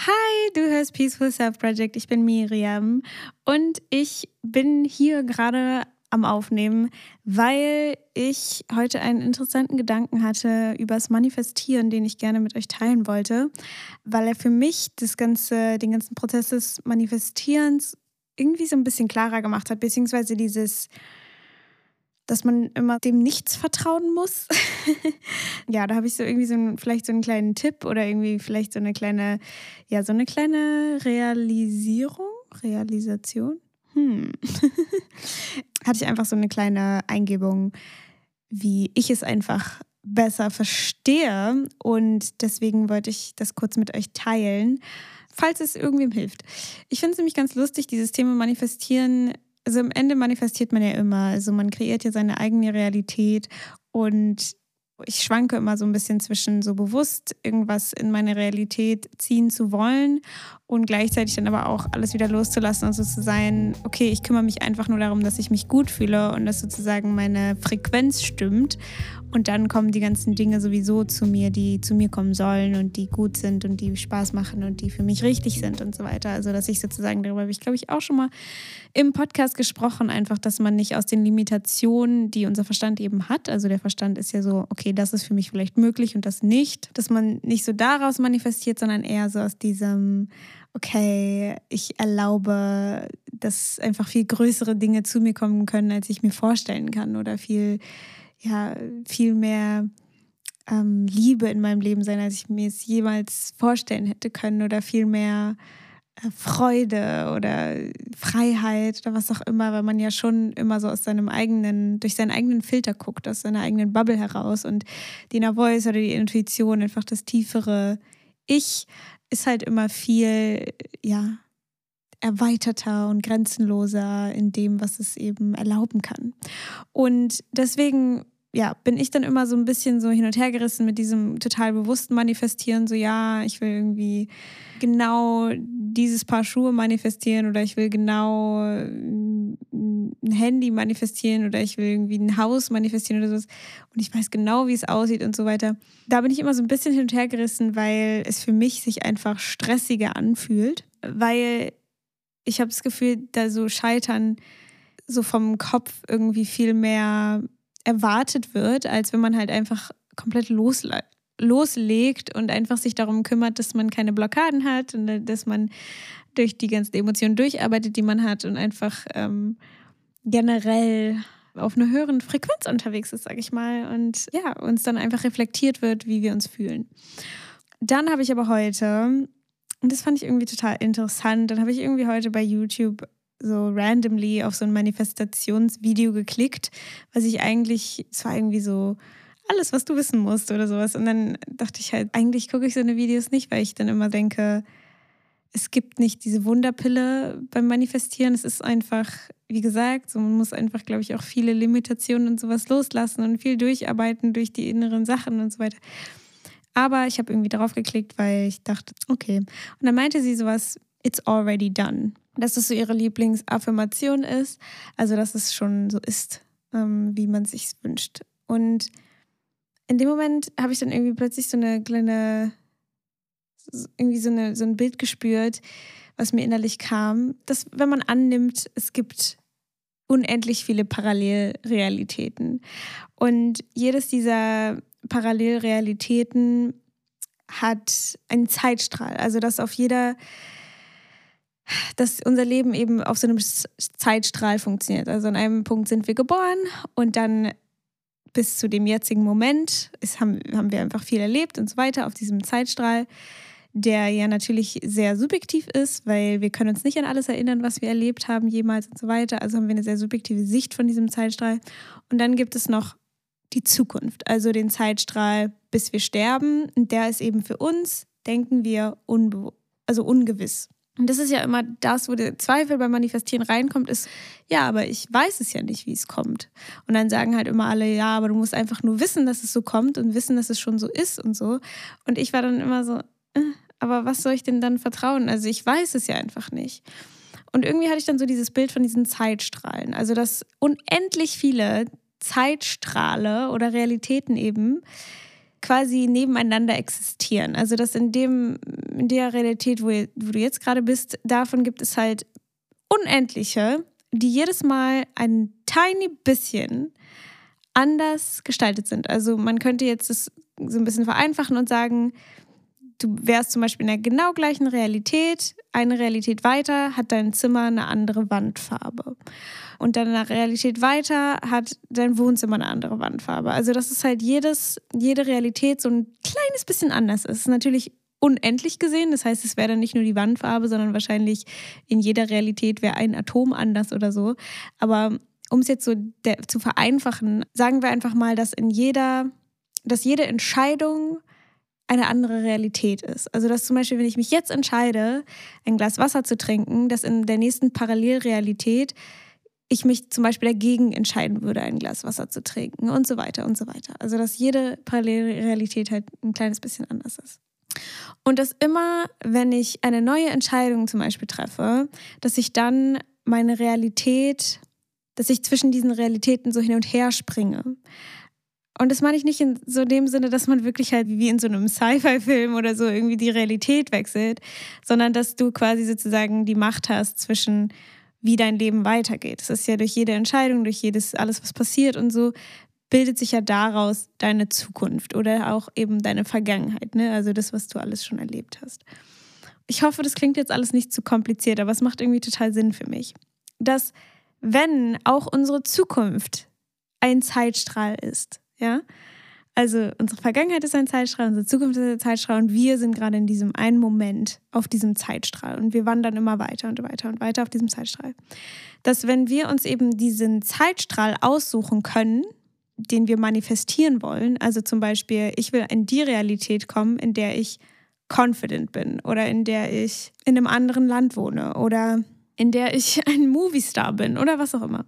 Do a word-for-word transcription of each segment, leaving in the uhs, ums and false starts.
Hi, du hörst Peaceful Self Project. Ich bin Miriam und ich bin hier gerade am Aufnehmen, weil ich heute einen interessanten Gedanken hatte übers Manifestieren, den ich gerne mit euch teilen wollte, weil er für mich das ganze, den ganzen Prozess des Manifestierens irgendwie so ein bisschen klarer gemacht hat, beziehungsweise dieses, dass man immer dem Nichts vertrauen muss. Ja, da habe ich so irgendwie so einen, vielleicht so einen kleinen Tipp oder irgendwie vielleicht so eine kleine, ja, so eine kleine Realisierung, Realisation. Hm. Hatte ich einfach so eine kleine Eingebung, wie ich es einfach besser verstehe. Und deswegen wollte ich das kurz mit euch teilen, falls es irgendwem hilft. Ich finde es nämlich ganz lustig, dieses Thema Manifestieren. Also am Ende manifestiert man ja immer. Also man kreiert ja seine eigene Realität und ich schwanke immer so ein bisschen zwischen so bewusst irgendwas in meine Realität ziehen zu wollen und gleichzeitig dann aber auch alles wieder loszulassen und so zu sein, okay, ich kümmere mich einfach nur darum, dass ich mich gut fühle und dass sozusagen meine Frequenz stimmt. Und dann kommen die ganzen Dinge sowieso zu mir, die zu mir kommen sollen und die gut sind und die Spaß machen und die für mich richtig sind und so weiter. Also dass ich sozusagen, darüber habe ich glaube ich auch schon mal im Podcast gesprochen, einfach, dass man nicht aus den Limitationen, die unser Verstand eben hat, also der Verstand ist ja so, okay, das ist für mich vielleicht möglich und das nicht, dass man nicht so daraus manifestiert, sondern eher so aus diesem, okay, ich erlaube, dass einfach viel größere Dinge zu mir kommen können, als ich mir vorstellen kann oder viel ja, viel mehr ähm, Liebe in meinem Leben sein, als ich mir es jemals vorstellen hätte können oder viel mehr äh, Freude oder Freiheit oder was auch immer, weil man ja schon immer so aus seinem eigenen, durch seinen eigenen Filter guckt, aus seiner eigenen Bubble heraus und die Inner Voice oder die Intuition, einfach das tiefere Ich ist halt immer viel, ja, erweiterter und grenzenloser in dem, was es eben erlauben kann. Und deswegen, ja, bin ich dann immer so ein bisschen so hin und her gerissen mit diesem total bewussten Manifestieren, so ja, ich will irgendwie genau dieses Paar Schuhe manifestieren oder ich will genau ein Handy manifestieren oder ich will irgendwie ein Haus manifestieren oder sowas und ich weiß genau, wie es aussieht und so weiter. Da bin ich immer so ein bisschen hin und her gerissen, weil es für mich sich einfach stressiger anfühlt, weil ich habe das Gefühl, da so Scheitern so vom Kopf irgendwie viel mehr erwartet wird, als wenn man halt einfach komplett losle- loslegt und einfach sich darum kümmert, dass man keine Blockaden hat und dass man durch die ganzen Emotionen durcharbeitet, die man hat und einfach ähm, generell auf einer höheren Frequenz unterwegs ist, sag ich mal. Und ja, uns dann einfach reflektiert wird, wie wir uns fühlen. Dann habe ich aber heute... Und das fand ich irgendwie total interessant. Dann habe ich irgendwie heute bei YouTube so randomly auf so ein Manifestationsvideo geklickt, was ich eigentlich, es war irgendwie so alles, was du wissen musst oder sowas. Und dann dachte ich halt, eigentlich gucke ich so eine Videos nicht, weil ich dann immer denke, es gibt nicht diese Wunderpille beim Manifestieren. Es ist einfach, wie gesagt, so man muss einfach, glaube ich, auch viele Limitationen und sowas loslassen und viel durcharbeiten durch die inneren Sachen und so weiter. Aber ich habe irgendwie drauf geklickt, weil ich dachte, okay. Und dann meinte sie sowas, it's already done. Dass das so ihre Lieblingsaffirmation ist. Also, dass es schon so ist, ähm, wie man es sich wünscht. Und in dem Moment habe ich dann irgendwie plötzlich so eine kleine, irgendwie so, eine, so ein Bild gespürt, was mir innerlich kam, dass wenn man annimmt, es gibt unendlich viele Parallelrealitäten. Und jedes dieser Parallelrealitäten hat einen Zeitstrahl. Also dass auf jeder, dass unser Leben eben auf so einem Zeitstrahl funktioniert. Also an einem Punkt sind wir geboren und dann bis zu dem jetzigen Moment ist, haben, haben wir einfach viel erlebt und so weiter auf diesem Zeitstrahl, der ja natürlich sehr subjektiv ist, weil wir können uns nicht an alles erinnern, was wir erlebt haben jemals und so weiter. Also haben wir eine sehr subjektive Sicht von diesem Zeitstrahl. Und dann gibt es noch die Zukunft, also den Zeitstrahl, bis wir sterben. Und der ist eben für uns, denken wir, unbe- also ungewiss. Und das ist ja immer das, wo der Zweifel beim Manifestieren reinkommt, ist, ja, aber ich weiß es ja nicht, wie es kommt. Und dann sagen halt immer alle, ja, aber du musst einfach nur wissen, dass es so kommt und wissen, dass es schon so ist und so. Und ich war dann immer so, äh, aber was soll ich denn dann vertrauen? Also ich weiß es ja einfach nicht. Und irgendwie hatte ich dann so dieses Bild von diesen Zeitstrahlen. Also dass unendlich viele Zeitstrahle oder Realitäten eben quasi nebeneinander existieren. Also dass in dem, in der Realität, wo, wo du jetzt gerade bist, davon gibt es halt unendliche, die jedes Mal ein tiny bisschen anders gestaltet sind. Also man könnte jetzt das so ein bisschen vereinfachen und sagen, du wärst zum Beispiel in der genau gleichen Realität, eine Realität weiter hat dein Zimmer eine andere Wandfarbe. Und dann in der Realität weiter hat dein Wohnzimmer eine andere Wandfarbe. Also dass es halt jedes, jede Realität so ein kleines bisschen anders ist. Es ist natürlich unendlich gesehen, das heißt, es wäre dann nicht nur die Wandfarbe, sondern wahrscheinlich in jeder Realität wäre ein Atom anders oder so. Aber um es jetzt so der, zu vereinfachen, sagen wir einfach mal, dass in jeder, dass jede Entscheidung eine andere Realität ist. Also dass zum Beispiel, wenn ich mich jetzt entscheide, ein Glas Wasser zu trinken, dass in der nächsten Parallelrealität ich mich zum Beispiel dagegen entscheiden würde, ein Glas Wasser zu trinken und so weiter und so weiter. Also dass jede Parallelrealität halt ein kleines bisschen anders ist. Und dass immer, wenn ich eine neue Entscheidung zum Beispiel treffe, dass ich dann meine Realität, dass ich zwischen diesen Realitäten so hin und her springe. Und das meine ich nicht in so dem Sinne, dass man wirklich halt wie in so einem Sci-Fi-Film oder so irgendwie die Realität wechselt, sondern dass du quasi sozusagen die Macht hast zwischen, wie dein Leben weitergeht. Das ist ja durch jede Entscheidung, durch jedes, alles, was passiert und so, bildet sich ja daraus deine Zukunft oder auch eben deine Vergangenheit, ne? Also das, was du alles schon erlebt hast. Ich hoffe, das klingt jetzt alles nicht zu kompliziert, aber es macht irgendwie total Sinn für mich. Dass, wenn auch unsere Zukunft ein Zeitstrahl ist, ja, also unsere Vergangenheit ist ein Zeitstrahl, unsere Zukunft ist ein Zeitstrahl und wir sind gerade in diesem einen Moment auf diesem Zeitstrahl und wir wandern immer weiter und weiter und weiter auf diesem Zeitstrahl. Dass wenn wir uns eben diesen Zeitstrahl aussuchen können, den wir manifestieren wollen, also zum Beispiel, ich will in die Realität kommen, in der ich confident bin oder in der ich in einem anderen Land wohne oder in der ich ein Moviestar bin oder was auch immer.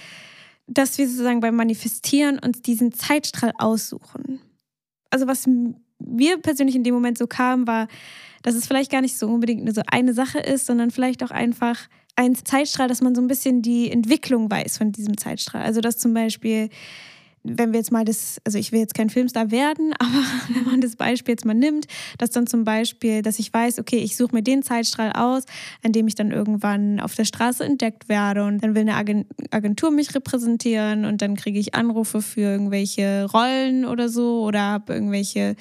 Dass wir sozusagen beim Manifestieren uns diesen Zeitstrahl aussuchen. Also was mir persönlich in dem Moment so kam, war, dass es vielleicht gar nicht so unbedingt nur so eine Sache ist, sondern vielleicht auch einfach ein Zeitstrahl, dass man so ein bisschen die Entwicklung weiß von diesem Zeitstrahl. Also dass zum Beispiel, wenn wir jetzt mal das, also ich will jetzt kein Filmstar werden, aber wenn man das Beispiel jetzt mal nimmt, dass dann zum Beispiel, dass ich weiß, okay, ich suche mir den Zeitstrahl aus, an dem ich dann irgendwann auf der Straße entdeckt werde und dann will eine Agentur mich repräsentieren und dann kriege ich Anrufe für irgendwelche Rollen oder so oder habe irgendwelche,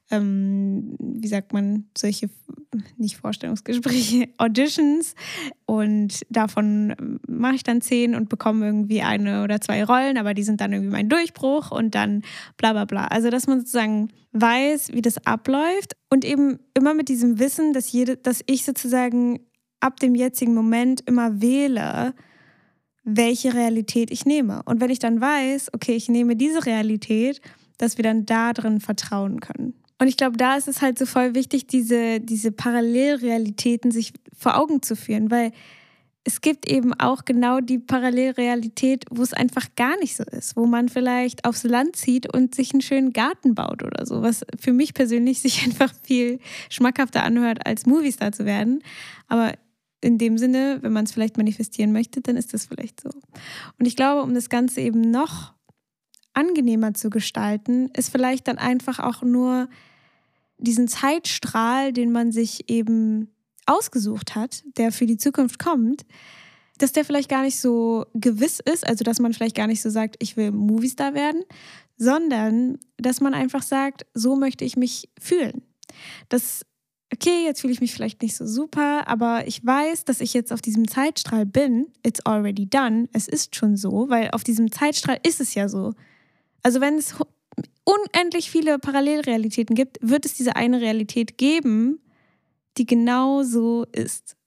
ähm, wie sagt man, solche, nicht Vorstellungsgespräche, Auditions und davon mache ich dann zehn und bekomme irgendwie eine oder zwei Rollen, aber die sind dann irgendwie mein Durchbruch und dann bla bla bla. Also dass man sozusagen weiß, wie das abläuft und eben immer mit diesem Wissen, dass, jede, dass ich sozusagen ab dem jetzigen Moment immer wähle, welche Realität ich nehme. Und wenn ich dann weiß, okay, ich nehme diese Realität, dass wir dann da drin vertrauen können. Und ich glaube, da ist es halt so voll wichtig, diese, diese Parallelrealitäten sich vor Augen zu führen, weil es gibt eben auch genau die Parallelrealität, wo es einfach gar nicht so ist, wo man vielleicht aufs Land zieht und sich einen schönen Garten baut oder so, was für mich persönlich sich einfach viel schmackhafter anhört, als Moviestar zu werden. Aber in dem Sinne, wenn man es vielleicht manifestieren möchte, dann ist das vielleicht so. Und ich glaube, um das Ganze eben noch angenehmer zu gestalten, ist vielleicht dann einfach auch nur diesen Zeitstrahl, den man sich eben ausgesucht hat, der für die Zukunft kommt, dass der vielleicht gar nicht so gewiss ist, also dass man vielleicht gar nicht so sagt, ich will Moviestar werden, sondern dass man einfach sagt, so möchte ich mich fühlen. Das, okay, jetzt fühle ich mich vielleicht nicht so super, aber ich weiß, dass ich jetzt auf diesem Zeitstrahl bin, it's already done, es ist schon so, weil auf diesem Zeitstrahl ist es ja so. Also wenn es unendlich viele Parallelrealitäten gibt, wird es diese eine Realität geben, die genau so ist.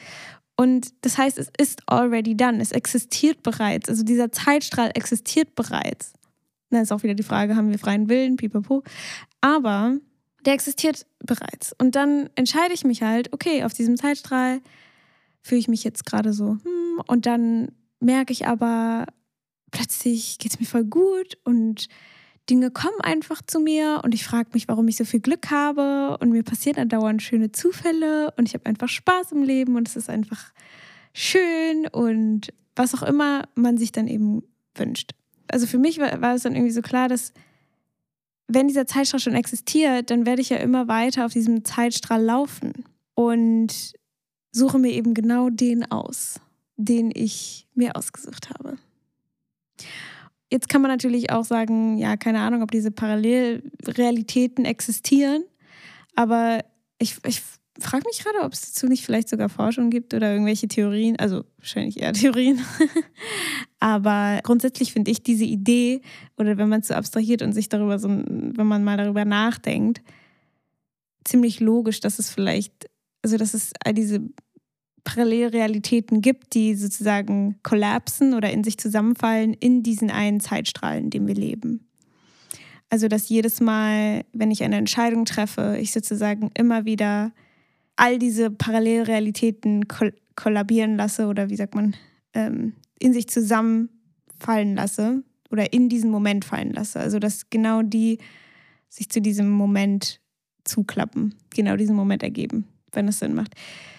Und das heißt, es ist already done, es existiert bereits, also dieser Zeitstrahl existiert bereits. Dann ist auch wieder die Frage, haben wir freien Willen, pipapo. Aber der existiert bereits. Und dann entscheide ich mich halt, okay, auf diesem Zeitstrahl fühle ich mich jetzt gerade so, hm, und dann merke ich aber, plötzlich geht es mir voll gut und Dinge kommen einfach zu mir und ich frage mich, warum ich so viel Glück habe und mir passieren andauernd schöne Zufälle und ich habe einfach Spaß im Leben und es ist einfach schön und was auch immer man sich dann eben wünscht. Also für mich war, war es dann irgendwie so klar, dass wenn dieser Zeitstrahl schon existiert, dann werde ich ja immer weiter auf diesem Zeitstrahl laufen und suche mir eben genau den aus, den ich mir ausgesucht habe. Jetzt kann man natürlich auch sagen, ja, keine Ahnung, ob diese Parallelrealitäten existieren, aber ich, ich frage mich gerade, ob es dazu nicht vielleicht sogar Forschung gibt oder irgendwelche Theorien, also wahrscheinlich eher Theorien. Aber grundsätzlich finde ich diese Idee, oder wenn man es so abstrahiert und sich darüber so, wenn man mal darüber nachdenkt, ziemlich logisch, dass es vielleicht, also dass es all diese Parallelrealitäten gibt, die sozusagen kollapsen oder in sich zusammenfallen in diesen einen Zeitstrahl, in dem wir leben. Also dass jedes Mal, wenn ich eine Entscheidung treffe, ich sozusagen immer wieder all diese Parallelrealitäten koll- kollabieren lasse oder wie sagt man, ähm, in sich zusammenfallen lasse oder in diesen Moment fallen lasse. Also dass genau die sich zu diesem Moment zuklappen, genau diesen Moment ergeben, wenn es Sinn macht.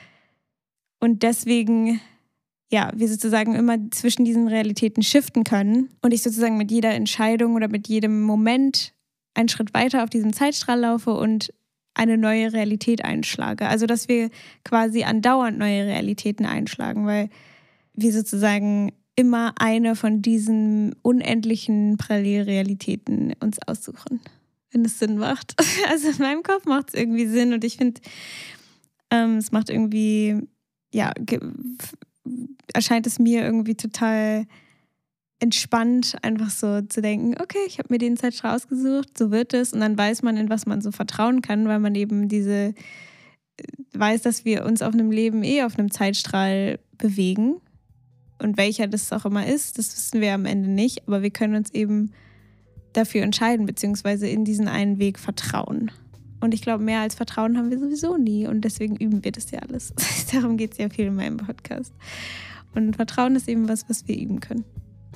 Und deswegen, ja, wir sozusagen immer zwischen diesen Realitäten shiften können und ich sozusagen mit jeder Entscheidung oder mit jedem Moment einen Schritt weiter auf diesem Zeitstrahl laufe und eine neue Realität einschlage. Also dass wir quasi andauernd neue Realitäten einschlagen, weil wir sozusagen immer eine von diesen unendlichen Parallelrealitäten uns aussuchen, wenn es Sinn macht. Also in meinem Kopf macht es irgendwie Sinn und ich finde, ähm, es macht irgendwie, ja, ge- erscheint es mir irgendwie total entspannt, einfach so zu denken, okay, ich habe mir den Zeitstrahl ausgesucht, so wird es und dann weiß man, in was man so vertrauen kann, weil man eben diese weiß, dass wir uns auf einem Leben eh auf einem Zeitstrahl bewegen und welcher das auch immer ist, das wissen wir am Ende nicht, aber wir können uns eben dafür entscheiden, beziehungsweise in diesen einen Weg vertrauen. Und ich glaube, mehr als Vertrauen haben wir sowieso nie und deswegen üben wir das ja alles. Darum geht es ja viel in meinem Podcast. Und Vertrauen ist eben was, was wir üben können.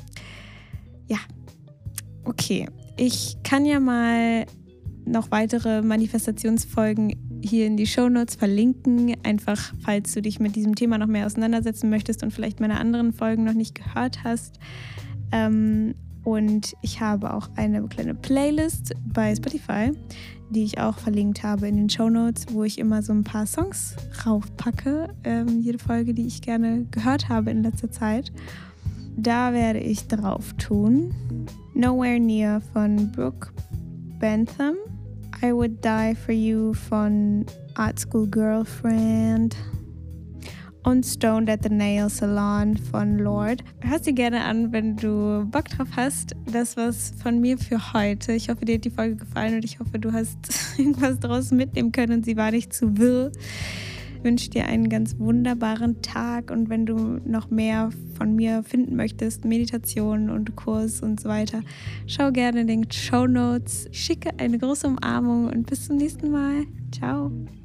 Ja, okay. Ich kann ja mal noch weitere Manifestationsfolgen hier in die Shownotes verlinken. Einfach, falls du dich mit diesem Thema noch mehr auseinandersetzen möchtest und vielleicht meine anderen Folgen noch nicht gehört hast. Ähm, und ich habe auch eine kleine Playlist bei Spotify, die ich auch verlinkt habe in den Shownotes, wo ich immer so ein paar Songs raufpacke. Ähm, jede Folge, die ich gerne gehört habe in letzter Zeit. Da werde ich drauf tun Nowhere Near von Brooke Bentham, I Would Die For You von Art School Girlfriend und Stoned at the Nail Salon von Lord. Hör sie gerne an, wenn du Bock drauf hast. Das war's von mir für heute. Ich hoffe, dir hat die Folge gefallen und ich hoffe, du hast irgendwas draus mitnehmen können und sie war nicht zu wirr. Ich wünsche dir einen ganz wunderbaren Tag und wenn du noch mehr von mir finden möchtest, Meditation und Kurs und so weiter, schau gerne in den Shownotes. Schicke eine große Umarmung und bis zum nächsten Mal. Ciao.